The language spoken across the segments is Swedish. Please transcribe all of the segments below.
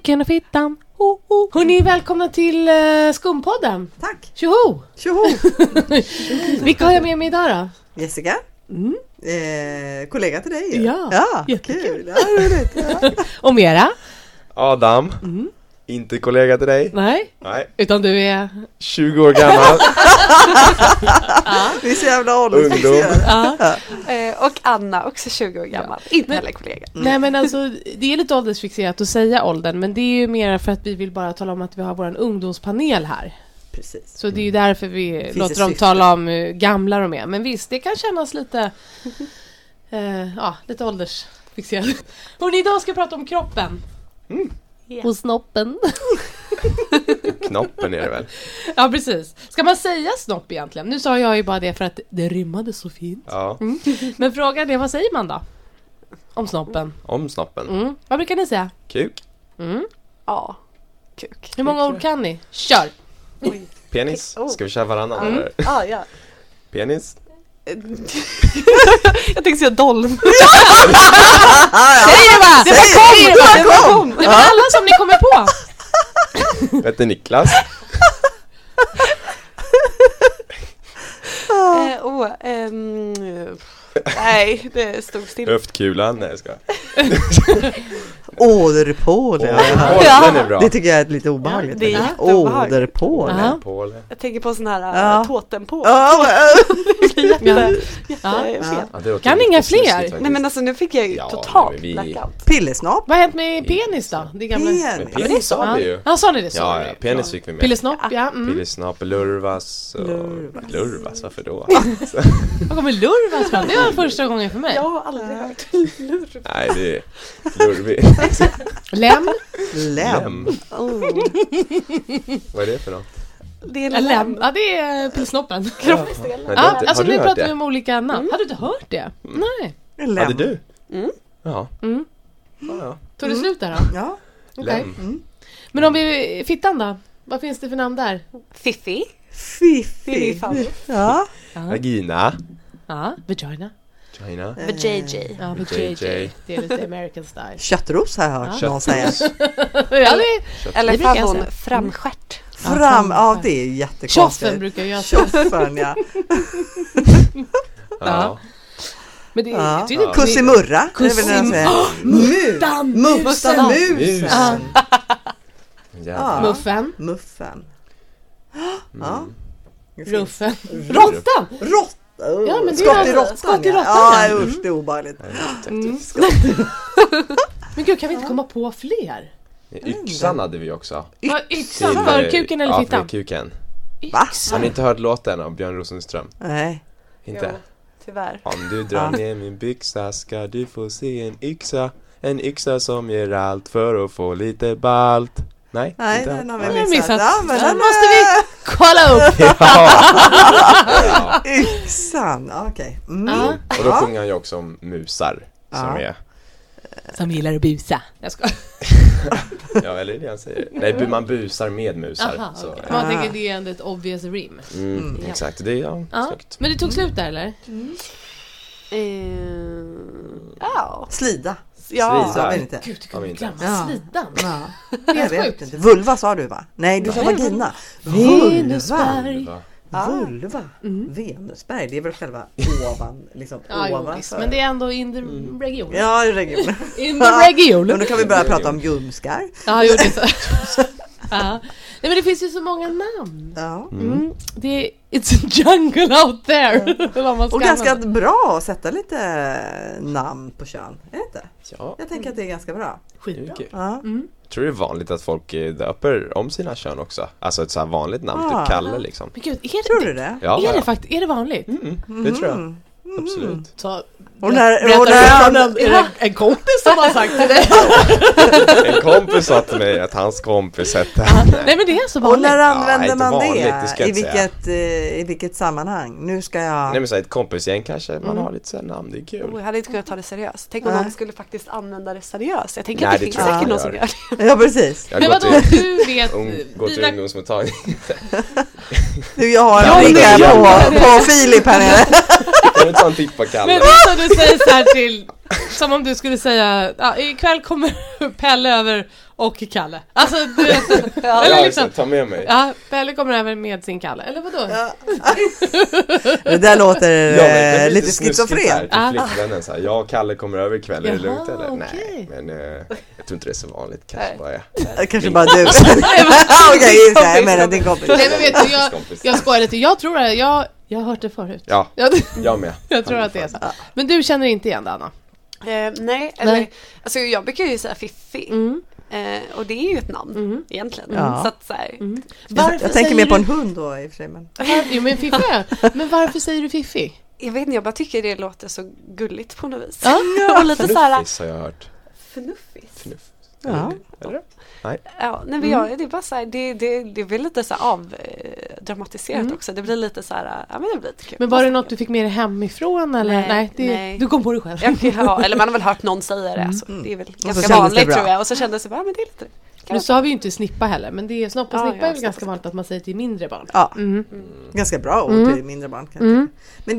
Kuken och fittan. Hörrni, välkomna till Skumpodden. Tack. Tjoho! Tjoho! Vilka har jag med mig idag då? Jessica. Kollega till dig. Ja, jättekul. Ja, roligt. Ja. Och Mera? Adam. Inte kollega till dig. Nej. Utan du är 20 år gammal. Vi är så jävla åldersfixerade. Och Anna, också 20 år gammal. Inte heller kollega. Nej, men alltså, det är lite åldersfixerat att säga åldern. Men det är ju mer för att vi vill bara tala om att vi har vår ungdomspanel här. Precis. Så det är ju därför vi låter dem tala om hur gamla de är. Men visst, det kan kännas lite lite åldersfixerat. Hörrni, idag ska jag prata om kroppen. Och snoppen. Knoppen är det väl? Ja, precis. Ska man säga snopp egentligen? Nu sa jag ju bara det för att det rimmade så fint. Ja. Men frågan är, vad säger man då? Om snoppen. Om snoppen. Vad brukar ni säga? Kuk. Ja, kuk. Hur många ord kan ni? Kör! Penis. Ska vi köra varannan? Eller? Ja. Penis. Jag tänkte säga dolm. Säg det bara! Det var kom! Det var alla som ni kommer på. Jag heter Niklas. Nej, det stod still. Höftkulan. Nej, jag ska. Åderpål. Den är bra. Det tycker jag är lite obehagligt. Det är jätteobehagligt. Åderpål. Jag tänker på sån här totempål. Kan inga fler? Nej, men alltså nu fick jag ju totalt blackout. Pillesnopp. Vad har hänt med penis då? Det gamla... Men penis sa vi ju. Ja, sa ni det? Ja, penis fick vi med. Pillesnopp, ja. Pillesnopp, lurvas. Lurvas, varför då? Vad kommer lurvas från? Det var första gången för mig. Jag har aldrig hört lurvas. Nej, det är lurvig. Lem. Vad är det för något? Det är Lem. Ja, det är pillesnoppen. Kroppsdelen. Ja, alltså nu pratar det? vi om olika namn. Har du inte hört det? Nej. Hade du? Ja. Tog det slut där då? Ja. Okej. Men om vi fittan då? Vad finns det för namn där? Fiffi. Fiffi. Ja. Vagina. Ja, vagina. Vagina. VJJ. Ja, VJJ. Det är lite American style. Köttros har jag hört någon säga. Eller brukar jag favon, säga. framskärt. Ja, det är jättekonstigt. Tjoffen brukar jag säga. Tjoffen, ja. Ja. Men det är Kussimurra. Musten. Muffen. Ja. Ruffen. Råttan. Ja, men det är skott i råttan. Ja, usch, det är obehagligt. Men gud, kan vi inte komma på fler? Yxan hade vi också. Yxan för kuken eller fittan? Ja, för kuken. Va? Har ni inte hört låten av Björn Rosenström? Nej. Inte? Jo, tyvärr. Om du drar ner min byxa ska du få se en yxa. En yxa som ger allt för att få lite balt. Nej, den har vi missat. Ja, men den måste vi kolla upp. Yxan, okej. Och då sjunger han ju också om musar. Som gillar att busa. Jag ska. Ja, eller det han säger. Nej, man busar med musar. Aha, så, okay. Man tänker det är ändå ett obvious rim. Exakt, det är snyggt. Men det tog slut där, eller? Ja. Slida. Ja. Sa vi inte. Gud, du kan glömma slidan. Ja. Jag vet inte. Vulva sa du, va? Nej, du sa vagina. Venusberg. Vulva. Venusberg, det är väl själva ovan, liksom ovanför. Men det är ändå in the region. Ja, i regionen. In the region. Men då kan vi börja prata om ljumskar. Ja, jo, det är så. Ja. Nej, men det finns ju så många namn. Ja. Det är it's a jungle out there. Och ganska bra att sätta lite namn på kön, är det inte? Ja. Jag tänker att det är ganska bra. Skitbra. Ja. Jag tror det är vanligt att folk döper om sina kön också. Alltså ett så här vanligt namn, typ Kalle liksom. Men gud, är Tror du det? Ja, är det vanligt? det tror jag. Absolut. Så, och när är det en kompis som har sagt till dig? En kompis sa till mig att hans kompis hette... Nej, men det är så vanligt. Och när använder man vanligt, det? I vilket sammanhang? Nu ska jag... Nej, men så ett kompisgäng kanske man har lite så här namn, det är kul. Jag hade inte kunnat ta det seriöst. Tänk om någon skulle faktiskt använda det seriöst. Jag tänker Nej, att det det finns tror jag säkert någon inte som gör det. Ja, precis. Men vadå, du vet... Gå till ungdomsmottagning. Du, jag har en bricka på Filip här nere. Kan du ta en titt på Kalle? Men det är som du säger så här till Som om du skulle säga, ikväll kommer Pelle över och Kalle. Alltså, du vet, eller liksom, ta med mig. Ja, Pelle kommer över med sin Kalle. Eller vadå? Ja. Det där låter lite schizofren. Flickvännen så här, jag och Kalle kommer över ikväll. Är det lugnt eller? Okay. Nej, men jag tror inte det är så vanligt. Kanske bara jag. Kanske bara du. Okej, jag menar din kompis. Nej, men vet du, jag skojar lite. Jag tror det. Jag har hört det förut. Ja, jag med. Jag tror att det är så. Men du känner inte igen det, Anna? Nej, eller alltså jag brukar ju säga Fiffi. Och det är ju ett namn egentligen. Så att, så här. Jag tänker mer på en hund då i och för sig. Men... Jo, men Fiffi. Men varför säger du Fiffi? Jag vet inte, jag bara tycker det låter så gulligt på något vis. Ja, och lite så här. Fnuffis har jag hört. Fnuffis? Ja. Eller? Nej. Ja, nej, men det är bara så här, det blir lite så här avdramatiserat också. Det blir lite så här, ja men det blir lite kul. Men var det något du fick med dig hemifrån eller? Nej. Du kom på det själv. Ja, eller man har väl hört någon säga det. Så det är väl ganska vanligt tror jag. Och så kändes det bara, men det är lite... Nu sa vi ju inte snippa heller, men det är snopp och snippa är väl ganska vanligt att man säger till mindre barn. Ja, ganska bra ord till mindre barn kanske. Men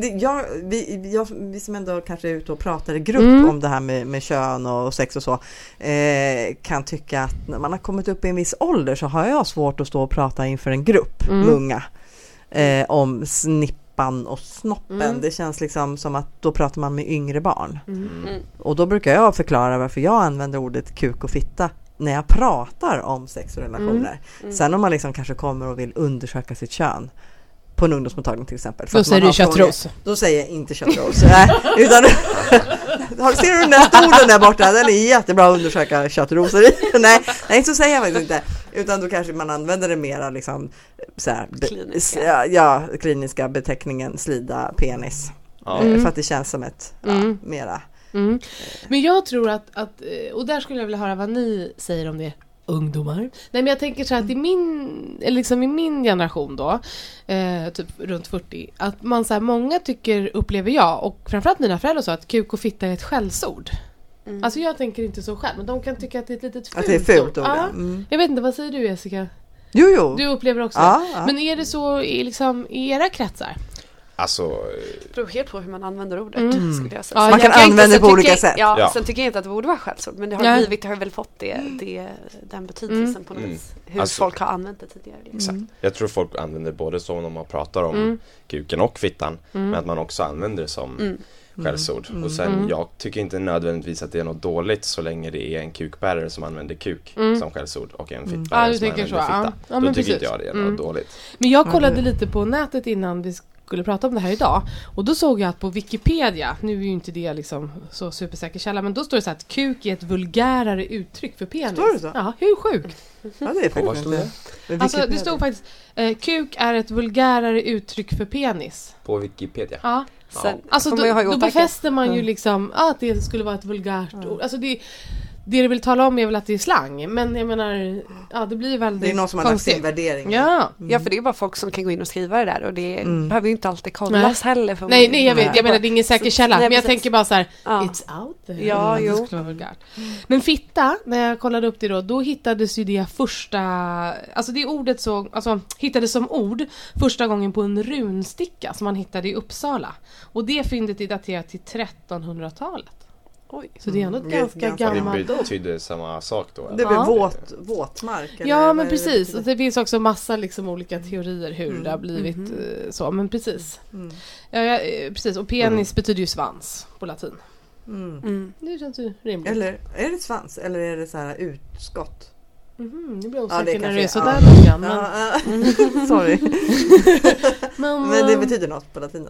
vi som ändå kanske är ute och pratar i grupp om det här med kön och sex och så kan tycka att när man har kommit upp i en viss ålder så har jag svårt att stå och prata inför en grupp med unga om snippan och snoppen. Det känns liksom som att då pratar man med yngre barn. Och då brukar jag förklara varför jag använder ordet kuk och fitta när jag pratar om sex och relationer. Sen om man liksom kanske kommer och vill undersöka sitt kön på en ungdomsmottagning till exempel. Då säger du köttros. Då säger jag inte köttros. Utan ser du den där stolen där borta? Den är jättebra att undersöka köttrosor i. Nej, så säger jag faktiskt inte. Utan då kanske man använder det mera liksom så här, kliniska beteckningen slida penis. För att det känns som ett mera... Men jag tror att, och där skulle jag vilja höra vad ni säger om det, ungdomar. Nej, men jag tänker så här att i min generation då, typ runt 40, att man så här, många upplever jag, och framförallt mina föräldrar så, att kuk och fitta är ett skällsord. Alltså jag tänker inte så själv, men de kan tycka att det är ett litet fult ord. Att det är fult ord. Jag vet inte, vad säger du, Jessica? Jo. Du upplever också. Men är det så i era kretsar? Alltså, det beror helt på hur man använder ordet, skulle jag säga. Man kan använda det på olika sätt. Sen tycker jag inte att det borde vara skällsord, men det har väl fått den betydelsen på något vis. Hur folk har använt det tidigare. Exakt. Jag tror folk använder både så när man pratar om kuken och fittan, men att man också använder det som skällsord. Och sen, jag tycker inte nödvändigtvis att det är något dåligt så länge det är en kukbärare som använder kuk som skällsord och en fittbärare som använder fitta. Då tycker inte jag det är något dåligt. Men jag kollade lite på nätet innan vi skulle prata om det här idag, och då såg jag att på Wikipedia, nu är ju inte det liksom så supersäker källa, men då står det så här att kuk är ett vulgärare uttryck för penis. Står det så? Ja, hur sjukt? Ja, det är faktiskt det. Alltså det stod faktiskt kuk är ett vulgärare uttryck för penis. På Wikipedia? Ja. Sen, alltså då befäster man ju liksom att det skulle vara ett vulgärt ord. Alltså det vill tala om är väl att det är slang, men jag menar, det blir väldigt det är någon som har lagt sin värdering. Ja, för det är bara folk som kan gå in och skriva det där, och det behöver ju inte alltid kollas heller. För nej, jag vet, jag menar det är ingen säker källa, men jag tänker bara så här, it's out there. Ja, det skulle vara vulgärt. Men fitta, när jag kollade upp det då hittades ju det första, alltså det ordet hittades som ord första gången på en runsticka som man hittade i Uppsala, och det fyndet är daterat till 1300-talet. Oj. Så det är ändå ganska gammalt. Det betyder samma sak då? Det blir våtmark. Ja, men precis. Och det finns också massa liksom olika teorier hur det har blivit så. Men precis. Ja, precis. Och penis betyder ju svans på latin. Det känns ju rimligt. Eller är det svans? Eller är det så här utskott? Det blir osäker när det är sådär noggrann. Sorry. Men det betyder något på latin.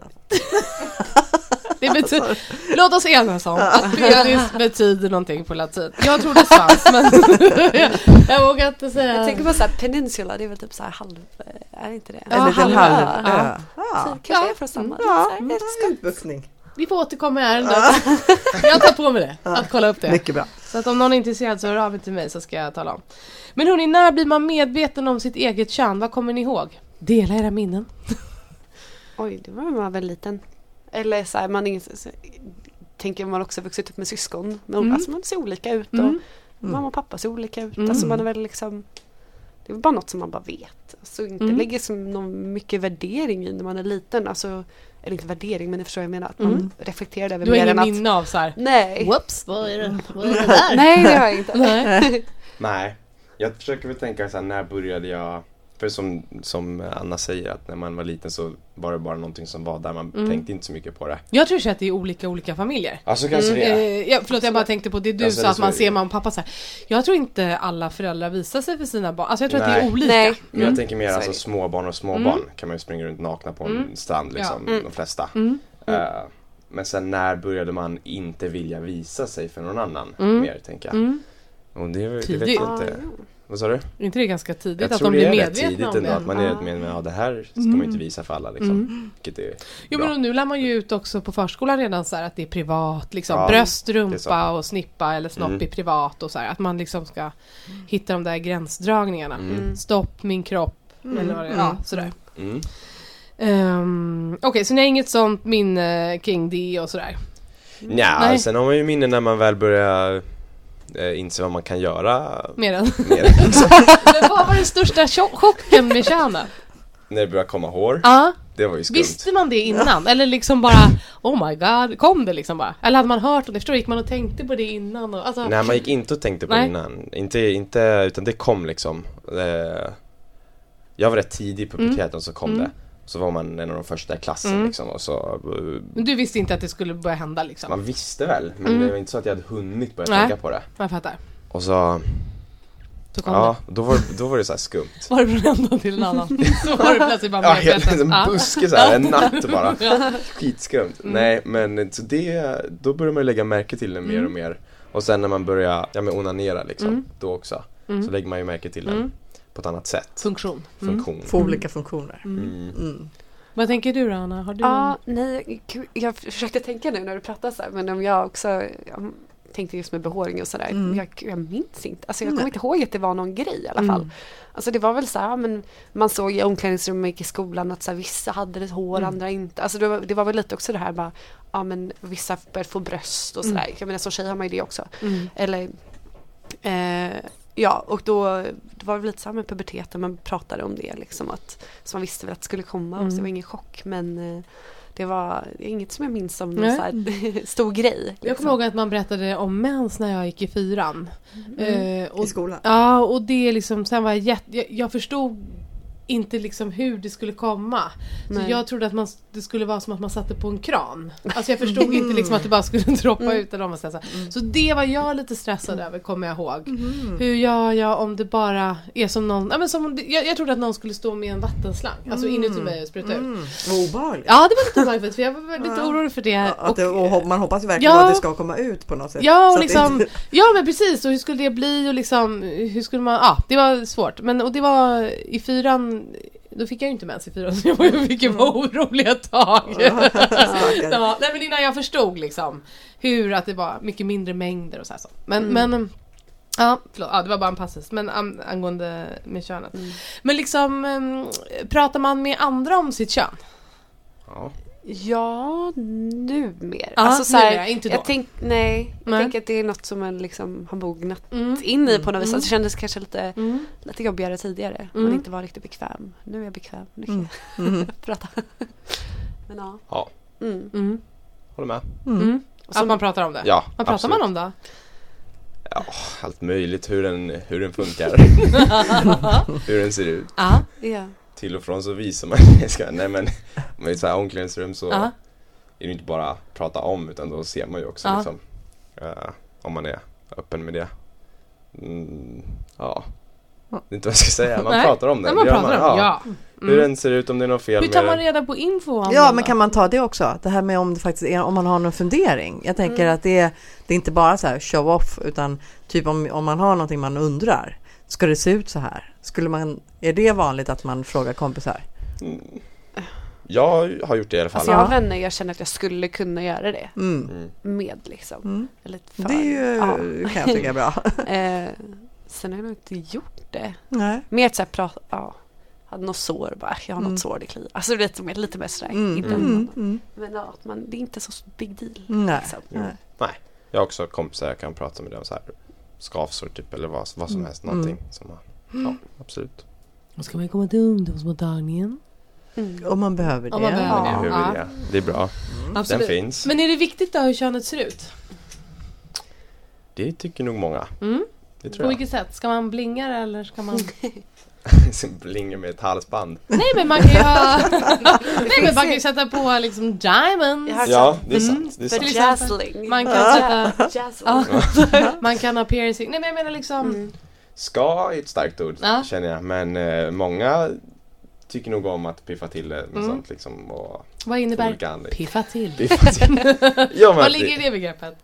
Låt oss enas om att penis betyder någonting på latin. Jag tror det är svans, men jag vågar inte säga. Jag tänker på såhär, peninsula, det är väl typ såhär halv, är det inte det? En liten halv. Kanske är från samma. Utbuktning. Vi får återkomma i ärendet. Jag tar på mig det, att kolla upp det. Mycket bra. Så att om någon är intresserad så hör av er till mig, så ska jag tala om. Men hörni, när blir man medveten om sitt eget kön? Vad kommer ni ihåg? Dela era minnen. Oj, det var man väl liten. Eller så här, man tänker man också vuxit upp med syskon. Men alltså man ser olika ut och mamma och pappa ser olika ut. Alltså man är väl liksom, det är bara något som man bara vet. Alltså inte lägger som någon mycket värdering i när man är liten. Alltså eller inte värdering, men det förstår jag menar, att man reflekterade över Du har mer ingen än att... minne av så här. Nej. Whoops, vad är det där? Nej, det har jag inte. Nej, jag försöker väl tänka så här, när började jag... För som Anna säger, att när man var liten så var det bara någonting som var där, man tänkte inte så mycket på det. Jag tror att det är olika familjer. Alltså kanske det är. Förlåt, jag bara tänkte på det du sa, att man ser mamma och pappa så här. Jag tror inte alla föräldrar visar sig för sina barn. Alltså jag tror att det är olika. Nej. Men jag tänker mer alltså småbarn kan man ju springa runt nakna på en strand liksom, de flesta. Men sen när började man inte vilja visa sig för någon annan mer, tänker jag. Och det vet jag inte. Vad sa du? Inte det är ganska tidigt jag att de blir medvetna tidigt om ändå, det? att man är rätt medveten, det här ska man inte visa för alla liksom. Jo, men nu lär man ju ut också på förskolan redan så här att det är privat liksom, Ja, bröst, rumpa och snippa eller snopp i privat och så här, att man liksom ska hitta de där gränsdragningarna. Stopp, min kropp eller vad det är. Ja, sådär. Okej, så ni har inget sånt minne kring det och sådär? Nej, sen har man ju minne när man väl börjar inse vad man kan göra Mer än. Men vad var den största chocken med könet? när det började komma hår. Det var ju skumt. Visste man det innan? Eller liksom bara, oh my god, kom det liksom bara? Eller hade man hört det? Förstår, gick man och tänkte på det innan? Och, alltså... Nej, man gick inte och tänkte på det innan. Inte, utan det kom liksom. Jag var rätt tidig på puberteten, så kom det. Så var man en av de första i klassen liksom, och så... Men du visste inte att det skulle börja hända liksom? Man visste väl, men det var inte så att jag hade hunnit börja tänka på det. Jag fattar. Och så... då var det så här skumt. Var det från en dag till en annan? Så var det plötsligt bara en buske så här, en natt bara. Skitskumt. Nej, men så då börjar man lägga märke till den mer och mer. Och sen när man börjar onanera liksom, då också. Så lägger man ju märke till den på ett annat sätt. Funktion. För olika funktioner. Vad tänker du då, Anna? Har du nej, jag försökte tänka nu när du pratade så här, men om jag också... tänkte just med behåring och sådär. Jag minns inte. Alltså jag kommer inte ihåg att det var någon grej i alla fall. Alltså det var väl så här, men man såg i omklädningsrummet i skolan att så här, vissa hade det hår, andra inte. Alltså det var väl lite också det här bara, men vissa började få bröst och sådär. Jag menar, som tjej har man ju det också. Eller och då var det lite så här med puberteten, man pratade om det liksom, att så man visste väl att det skulle komma och så det var ingen chock, men det var inget som jag minns som någon så här stor grej. Liksom. Jag kommer ihåg att man berättade om mens när jag gick i 4:an. I skolan? Ja, och det liksom, sen var jag förstod inte liksom hur det skulle komma. Så jag trodde att det skulle vara som att man satte på en kran. Alltså jag förstod inte liksom att det bara skulle droppa ut eller något. Så det var jag lite stressad över, kommer jag ihåg. Hur gör jag om det bara är som någon... Ja, men jag trodde att någon skulle stå med en vattenslang. Alltså inuti mig och spruta ut. Obehagligt. Ja, det var lite obehagligt, för jag var lite orolig för det. Och man hoppas ju verkligen att det ska komma ut på något sätt. Ja, och liksom, ja, men precis. Och hur skulle det bli? Och liksom, hur skulle man... Ja, det var svårt. Och det var i 4:an. Då fick jag ju inte mens i 4, så jag fick ju vara orolig ett tag. Nej, men innan jag förstod liksom hur att det var mycket mindre mängder och så här så. Men ja, förlåt, det var bara en passus. Men angående med könet. Men liksom, pratar man med andra om sitt kön? Ja, nu mer. Ja, alltså så här, inte då. Jag tänker att det är något som man liksom har mognat in i på något vis. Alltså, det kändes kanske lite jobbigare tidigare. Man inte var riktigt bekväm. Nu är jag bekväm. Nu kan jag prata. Men ja. Håller med. Att man pratar om det? Ja, vad pratar absolut. man om då? Ja, allt möjligt. Hur den funkar. Hur den ser ut. Ja. Till och från så visar man nej, men i så här omklädningsrum så är det inte bara prata om, utan då ser man ju också liksom, om man är öppen med det. Det är inte vad jag ska säga. Man pratar om det. Man pratar om hur den ser ut, om det är något fel. Hur tar man reda på info om men kan man ta det också? Det här med om det faktiskt är, om man har någon fundering. Jag tänker att det är inte bara så här show off, utan typ om man har någonting man undrar. Ska det se ut så här? Är det vanligt att man frågar kompisar? Jag har gjort det i alla fall. Alltså jag har vänner, jag känner att jag skulle kunna göra det. Med liksom. Eller det är ju, kan jag tycka är bra. Sen har jag nog inte gjort det. Nej. Mer att säga hade något sår bara. Jag har något sår, det kliar. Alltså lite mer sådär. Men att det är inte så big deal. Nej. Liksom. Nej. Jag har också kompisar jag kan prata med dem så här, skavsår typ, eller vad som helst, någonting som absolut. Och ska man komma till ungdomsmottagningen? Om man behöver det. Om man behöver det. Det. Det är bra. Den finns. Men är det viktigt då hur könet ser ut? Det tycker nog många. Det tror På vilket sätt? Ska man blinga det eller ska man... Blinga med ett halsband. Nej, men man kan ju ha... Nej, men man kan ju sätta på liksom diamonds. Ja, det är sant. Det är sant. Jazzling. Man kan sätta... Jazzling. Man kan ha piercing. Nej, men jag menar liksom... Ska är ett starkt ord, känner jag. Men många tycker nog om att piffa till det med sånt liksom. Och vad innebär piffa till? Piffa till. Ja, men vad ligger i det begreppet?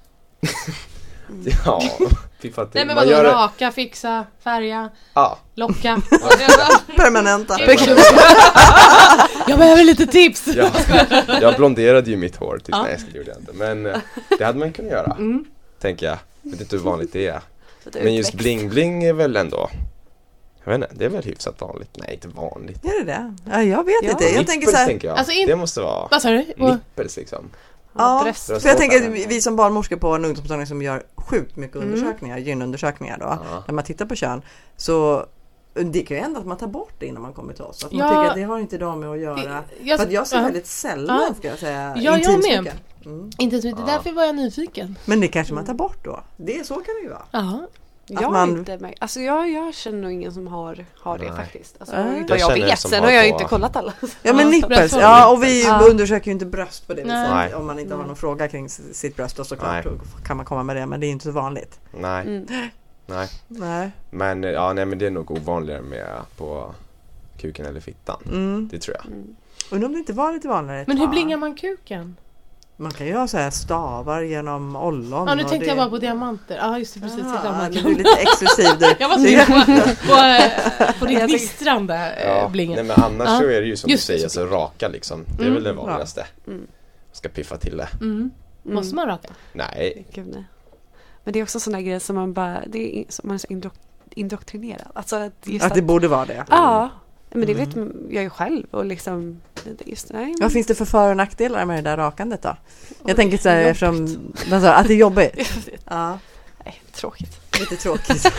Ja, piffa till. Nej, men vadå? Raka, fixa, färga, locka. Permanenta. Jag behöver lite tips. Ja, jag blonderade ju mitt hår typ. Nej, det gjorde jag inte. Men det hade man kunnat göra. Tänker jag. Jag vet inte hur vanligt det är. Men just bling-bling är väl ändå... Jag vet inte, det är väl hyfsat vanligt. Nej, inte vanligt. Är det det? Ja, jag vet inte. Jag nippels, tänker så här... tänker jag. Alltså det måste vara... Vad sa du? Nippels liksom. Ja, för jag tänker vi som barnmorskor på en ungdomsmottagning som gör sjukt mycket undersökningar, gynundersökningar då, när man tittar på kön, så det kan ju ändå att man tar bort det innan man kommer till oss. Att man tycker att det har inte de med att göra. För att jag ser väldigt sällan, ska jag säga, intimsmycken. Inte så mycket, därför var jag nyfiken. Men det kanske man tar bort då. Så kan det ju vara. Ja. Jag känner nog ingen som har det faktiskt. Alltså, jag vet, sen har jag inte kollat alla. Ja, men nippels. Ja, och vi undersöker ju inte bröst på det viset. Om man inte har någon fråga kring sitt bröst, och såklart kan man komma med det, men det är inte så vanligt. Nej. Men men det är nog ovanligare med på kuken eller fittan. Det tror jag. Och om det inte var lite vanligare. Men hur blingar man kuken? Man kan ju ha så här stavar genom ollon. Ja, nu tänkte jag bara på diamanter. Ja, just det, precis. Du är lite exklusiv. Jag var så på det gnistrande blingen. Nej, men annars så är det ju som du säger, så raka liksom. Det är väl det vanligaste. Ska piffa till det. Måste man raka? Nej. Gud, nej. Men det är också sådana grejer som man bara... Det är, som man är så indoktrinerad. Alltså att det borde vara det. Ja. Men det vet jag ju själv och liksom just, vad finns det för för- och nackdelar med det där rakandet då? Jag tänker så här, eftersom att det är jobbigt. Nej, tråkigt. Lite tråkigt.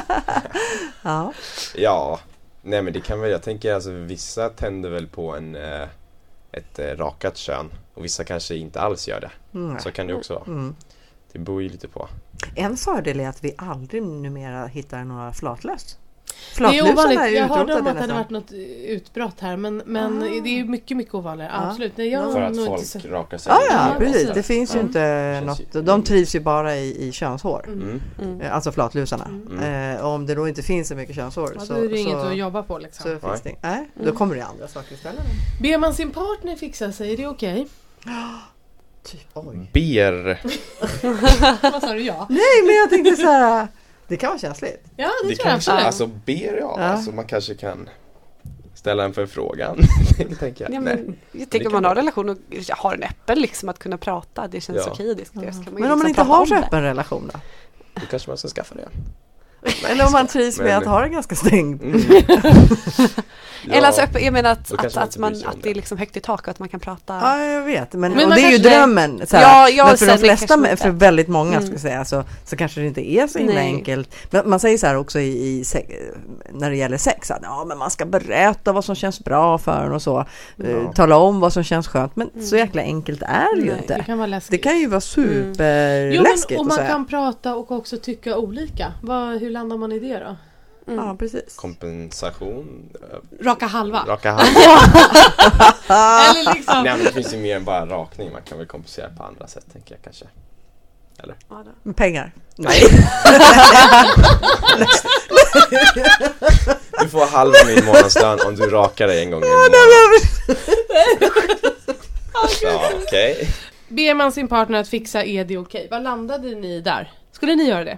Ja. Nej, men det kan väl, jag tänker alltså vissa tänder väl på ett rakat kön och vissa kanske inte alls gör det. Så kan det också vara. Det beror ju lite på. En fördel är att vi aldrig numera hittar några flatlös. Det är ovanligt. Jag hörde om att det hade varit något utbrott här, men det är mycket, mycket ovanligare. Absolut. Nej, för att folk rakar sig. Ja, precis. Det finns ju inte något. De trivs ju bara i könshår. Alltså flatlusarna. Och om det då inte finns så mycket könshår så är det inget att jobba på liksom. Så finns det. Nej, då kommer det andra saker istället. Ber man sin partner fixa sig, är det okej? Ber. Vad sa du? Ja? Nej, men jag tänkte så här. Det kan vara känsligt. Ja, det tror kanske, jag. alltså ber alltså man kanske kan ställa en förfrågan. tänker jag. Ja, men, jag tänker om man har relation och har en öppen liksom att kunna prata, det känns okej. Men om man inte har så öppen relation då kanske man ska skaffa det. Eller om man trivs med att ha det ganska stängt. Eller alltså, jag menar att det är liksom högt i tak och att man kan prata. Ja, jag vet. Men det är ju drömmen. Så här, men för de flesta, för väldigt många ska jag säga, så kanske det inte är så himla enkelt. Men man säger så här också när det gäller sex. Att, men man ska berätta vad som känns bra för en och så. Tala om vad som känns skönt. Men så jäkla enkelt är det ju inte. Det kan vara läskigt. Det kan ju vara superläskigt. Och man kan prata och också tycka olika. Hur landar man i det då? Ja, precis. Kompensation. Raka halva. Eller liksom. Nej, men det finns ju mer än bara rakning. Man kan väl kompensera på andra sätt, tänker jag kanske. Eller? Med pengar? Nej. Du får halva min månadslön om du rakar dig en gång i månaden. Okej. Ber man sin partner att fixa, är det okej? Vad landade ni där? Skulle ni göra det?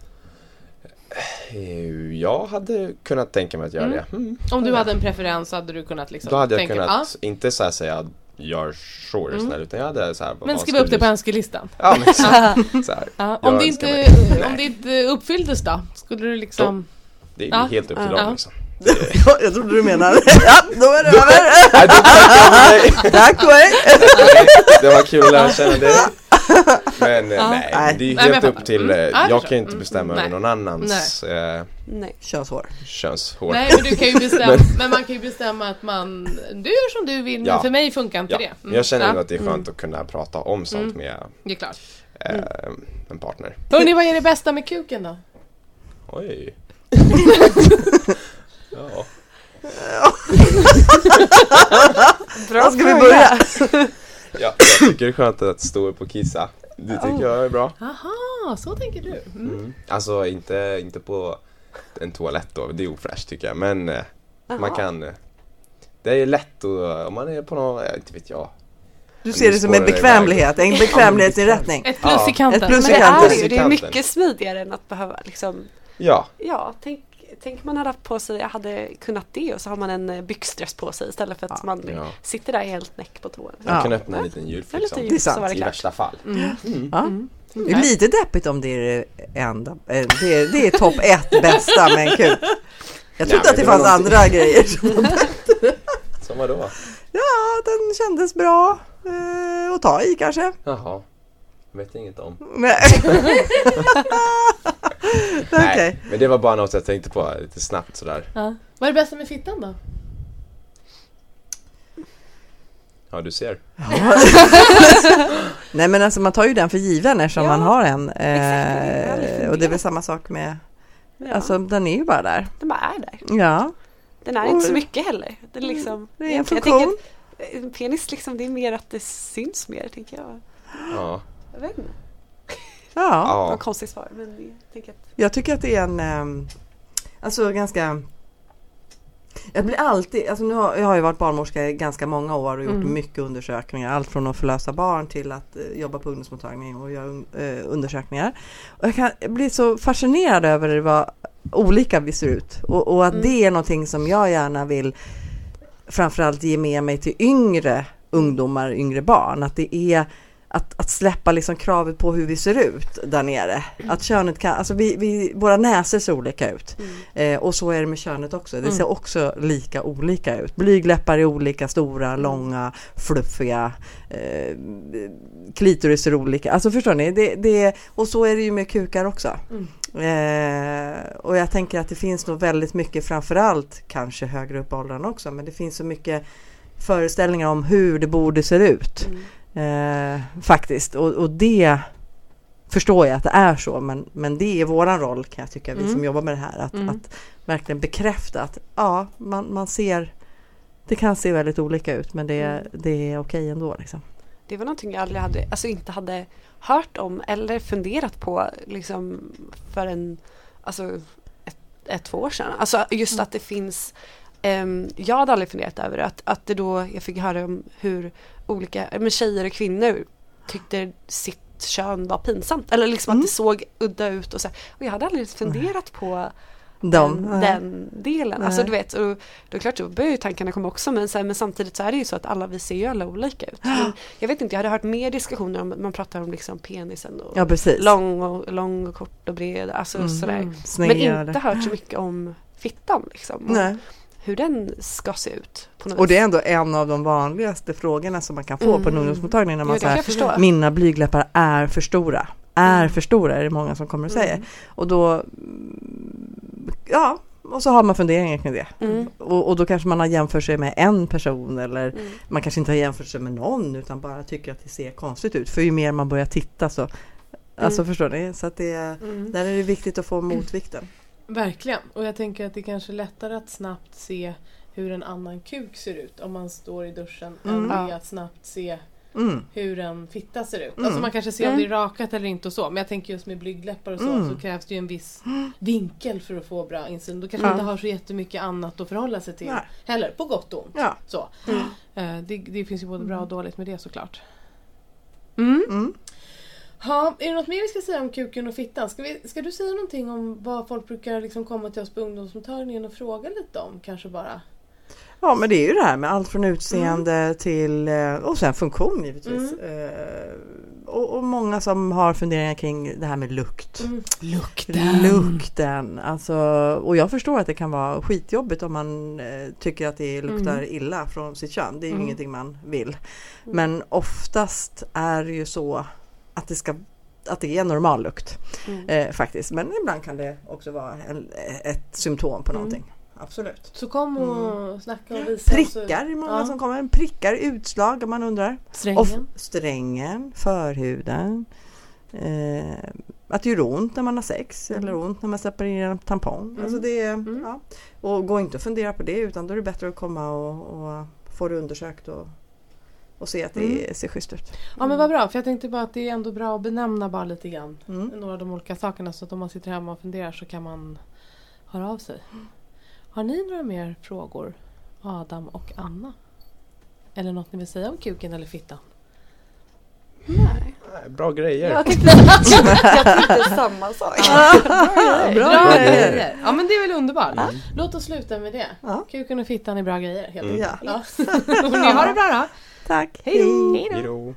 Jag hade kunnat tänka mig att göra det. Om du hade en preferens hade du kunnat liksom. Då hade jag kunnat inte så här säga gör sure snäll, utan jag hade så här. Men skriva upp det på önskelistan. Ja, men så här. Om det inte uppfylldes då skulle du liksom. Det är helt upp till dem liksom. Jag trodde du menade. Ja, då är det över. Tack och hej. Det var kul att lära känna dig. Men nej, det är ju helt upp till... jag kan ju inte bestämma över någon annans könshår. Nej, men du kan ju bestämma, men man kan ju bestämma att du gör som du vill, men för mig funkar inte det. Jag känner att det är skönt att kunna prata om sånt med det är klart. En partner. Hörrni, vad är det bästa med kuken då? Oj. Ja. Bra, ska vi börja? Jag tycker det är skönt att stå upp och kissa. Det tycker jag är bra. Aha, så tänker du. Alltså inte på en toalett då, det är ofräscht tycker jag. Men man kan... Det är lätt om man är på någon, inte vet jag. Du ser det som en bekvämlighet, en bekvämlighetsinrättning. Ett plus i kanten. Ett plus i men kanten. det är mycket smidigare än att behöva liksom... Ja, tänk man hade haft på sig, jag hade kunnat det, och så har man en byxdress på sig istället för att man sitter där helt näck på tån. Man kan öppna en liten julfix det är sant. i värsta fall. Det är lite deppigt om det är det enda. Det är topp 1 bästa med en kuk. Jag trodde att det fanns andra grejer. Som vadå? Ja, den kändes bra att ta i kanske. Jaha, vet inget om. Nej. Nej, men det var bara något jag tänkte på lite snabbt sådär. Ja. Vad är det bästa med fittan då? Ja, du ser. Nej, men alltså man tar ju den för given eftersom man har en. Exakt, och det är väl samma sak med... Alltså den är ju bara där. Den bara är där. Ja. Den är inte så mycket heller. Det är liksom... Det är en funktion. Jag tänker, penis liksom, det är mer att det syns mer, tänker jag. Ja. Jag vet inte. Ja. Det var konstigt svar, men jag tycker att det är en... alltså ganska... Jag blir alltid... Alltså jag har ju varit barnmorska i ganska många år och gjort mycket undersökningar. Allt från att förlösa barn till att jobba på ungdomsmottagning och göra undersökningar. Och jag kan bli så fascinerad över vad olika vi ser ut. Och att det är någonting som jag gärna vill framförallt ge med mig till yngre ungdomar, yngre barn. Att det är... Att släppa liksom kravet på hur vi ser ut där nere. Att könet kan, alltså våra näsor ser olika ut. Och så är det med könet också. Det ser också lika olika ut. Blygläppar är olika stora, långa, fluffiga. Klitoris är olika. Alltså förstår ni? Och så är det ju med kukar också. Och jag tänker att det finns nog väldigt mycket, framförallt kanske högre upp i åldern också. Men det finns så mycket föreställningar om hur det borde se ut. Faktiskt. Och det förstår jag att det är så. Men det är våran roll, kan jag tycka, vi som jobbar med det här. Att verkligen bekräfta att man ser, det kan se väldigt olika ut, men det är okej ändå liksom. Det var någonting jag aldrig inte hade hört om eller funderat på liksom för ett 2 år sedan. Alltså just att det finns... jag hade aldrig funderat över att det då jag fick höra om hur olika tjejer och kvinnor tyckte sitt kön var pinsamt. Eller liksom att det såg udda ut och så. Och jag hade aldrig funderat på den delen. Alltså du vet, och då är klart då börjar ju tankarna komma också, men samtidigt så är det ju så att alla vi ser ju alla olika ut. Men jag vet inte, jag hade hört mer diskussioner om, man pratar om liksom penisen och lång och kort och bred, alltså sådär. Men inte hört så mycket om fittan liksom. Nej. Hur den ska se ut. På något och det är ändå en av de vanligaste frågorna som man kan få på en ungdomsmottagning, när man säger mina blygläppar är för stora. För stora är det många som kommer och säger. Och då och så har man funderingar kring det. Och då kanske man har jämfört sig med en person, eller man kanske inte har jämfört sig med någon, utan bara tycker att det ser konstigt ut. För ju mer man börjar titta så alltså förstår ni? Så att där är det viktigt att få motvikten. Verkligen. Och jag tänker att det är kanske lättare att snabbt se hur en annan kuk ser ut om man står i duschen än det att snabbt se hur en fitta ser ut. Alltså man kanske ser om det är rakat eller inte och så. Men jag tänker just med blygdläppar och så krävs det ju en viss vinkel för att få bra insyn. Då kanske man inte har så jättemycket annat att förhålla sig till heller. På gott och ont. Ja. Så. Det finns ju både bra och dåligt med det såklart. Ja, är det något mer vi ska säga om kuken och fittan? Ska du säga någonting om vad folk brukar liksom komma till oss på ungdomsmottagningen och fråga lite om? Kanske bara... Ja, men det är ju det här med allt från utseende till... Och sen funktion givetvis. Och många som har funderingar kring det här med lukt. Lukten. Alltså, och jag förstår att det kan vara skitjobbigt om man tycker att det luktar illa från sitt kön. Det är ju ingenting man vill. Men oftast är det ju så att det är normal lukt faktiskt. Men ibland kan det också vara ett symptom på någonting. Absolut. Så kom och snacka och visa. Prickar, många som kommer. Prickar, utslag om man undrar. Strängen, förhuden. Att det gör ont när man har sex eller ont när man släpper in en tampong. Alltså det är, och gå inte och fundera på det, utan då är det bättre att komma och få det undersökt och se att det ser schysst ut. Ja, men vad bra, för jag tänkte bara att det är ändå bra att benämna bara lite grann några av de olika sakerna, så att om man sitter hemma och funderar så kan man höra av sig. Har ni några mer frågor, Adam och Anna? Eller något ni vill säga om kuken eller fittan? Nej. Bra grejer. Jag tänkte samma sak. Bra grejer. Ja, men det är väl underbart. Låt oss sluta med det. Kuken och fittan är bra grejer. Helt enkelt. Och ni har det bra då. Tack. Hej då. Hej då.